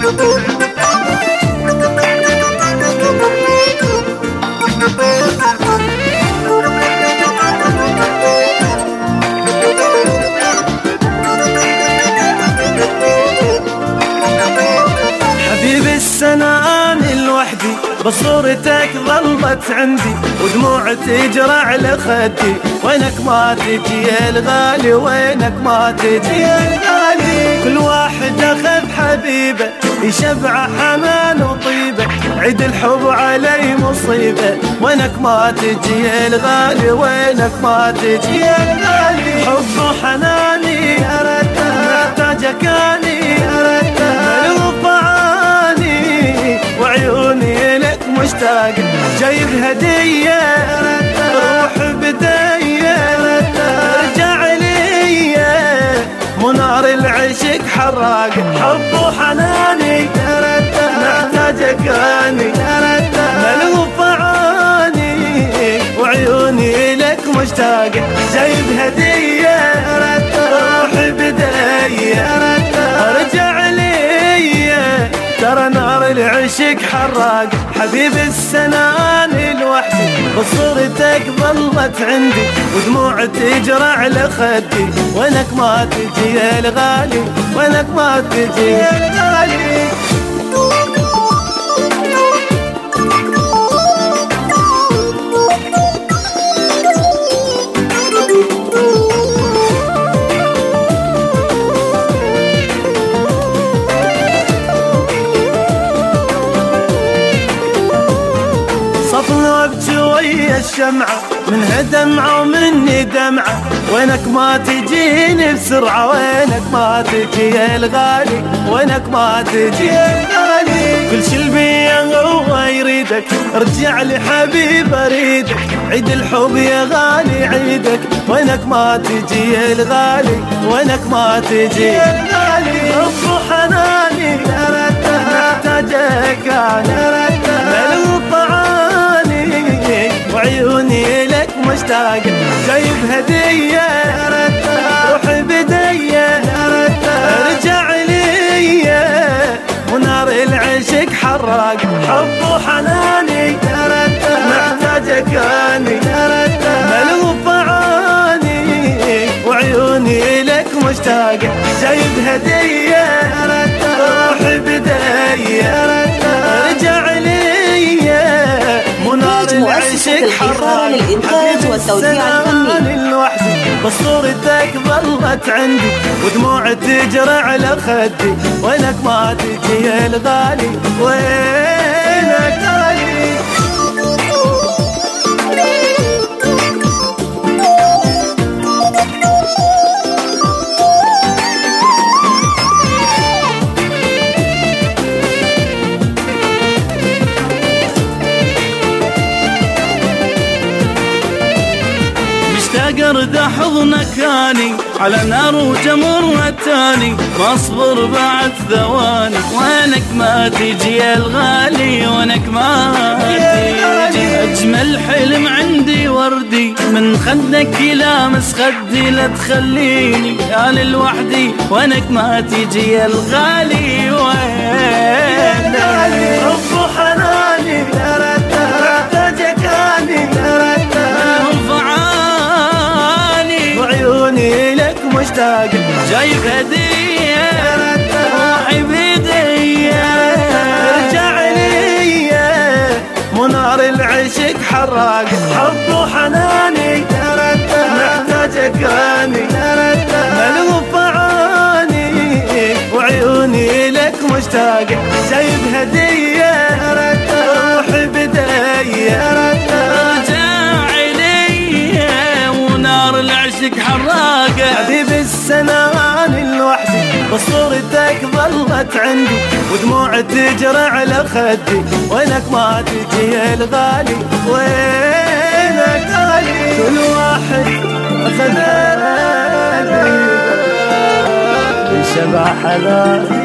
حبيبي السناني لوحدي بصورتك ظلت عندي ودموع تجرى على خدي، وينك ما تجي يا الغالي، وينك ما تجي يا الغالي. كل واحد اخذ حبيبه يشبع حنان وطيبه، عيد الحب علي مصيبه، وينك ما تجي يا الغالي، وينك ما تجي يا الغالي. حب وحناني أردته محتاجك اني أردته، ملوف عاني وعيوني لك مشتاق، جايب هدية روح بدية ارجع لي منار العشق حراق. حب وحناني محتاجك اني ملوف عاني وعيوني لك مشتاق، جايب هدية روح بدية ارجع لي ترى نار العشق حراق. حبيبي السناني لوحدي بصورتك ظلت عندي ودموع تجرى على خدي، وينك ما تجي يا الغالي، وينك ما تجي يا الغالي. صفنا بجوي الشمعة منها دمعة ومني دمعة، وينك ما تجيني بسرعة، وينك ما تجي يا الغالي، وينك ما تجي يا الغالي. كل شي البيا هو يريدك، ارجع لي حبيب اريدك، عيد الحب يا غالي عيدك، وينك ما تجي يا الغالي، وينك ما تجي يا الغالي. حب وحناني محتاجك انا ملوف عاني وعيوني لك مشتاق، جايب هدية روح بدية ارجع لي ونار العشق حراق. حب وحناني محتاجك اني ملوف عاني وعيوني لك مشتاق، جايب هدية روح بدية ارجع لي منار العشق حراق. للإنتاج والتوزيع الفني لوحدي بصورتك ظلت عندي ودموع تجرى على خدي، وينك ما تجي يا الغالي، وينك غالي. قرد حضنك اني على نار وجمر التاني، ما اصبر بعد ثواني، وينك ما تجي يا الغالي، وينك ما تجي. اجمل حلم عندي وردي من خدك يلامس خدي، لا تخليني انا لوحدي، وينك ما تجي يا الغالي، وينك. حب وحناني محتاجك اني وعيوني لك مشتاق، جايب هدية روحي بدية ارجع لي منار العشق حراق. حب وحناني محتاجك اني ملوف عاني وعيوني لك مشتاق، جايب هدية روح بدية ارجع لي ونار العشق حراقة. حبيبي السناني لوحدي بصورتك ظلت عندي ودموع تجرى على خدي، وينك ما تجي يا الغالي، وينك غالي. كل واحد أخذ شبع حلال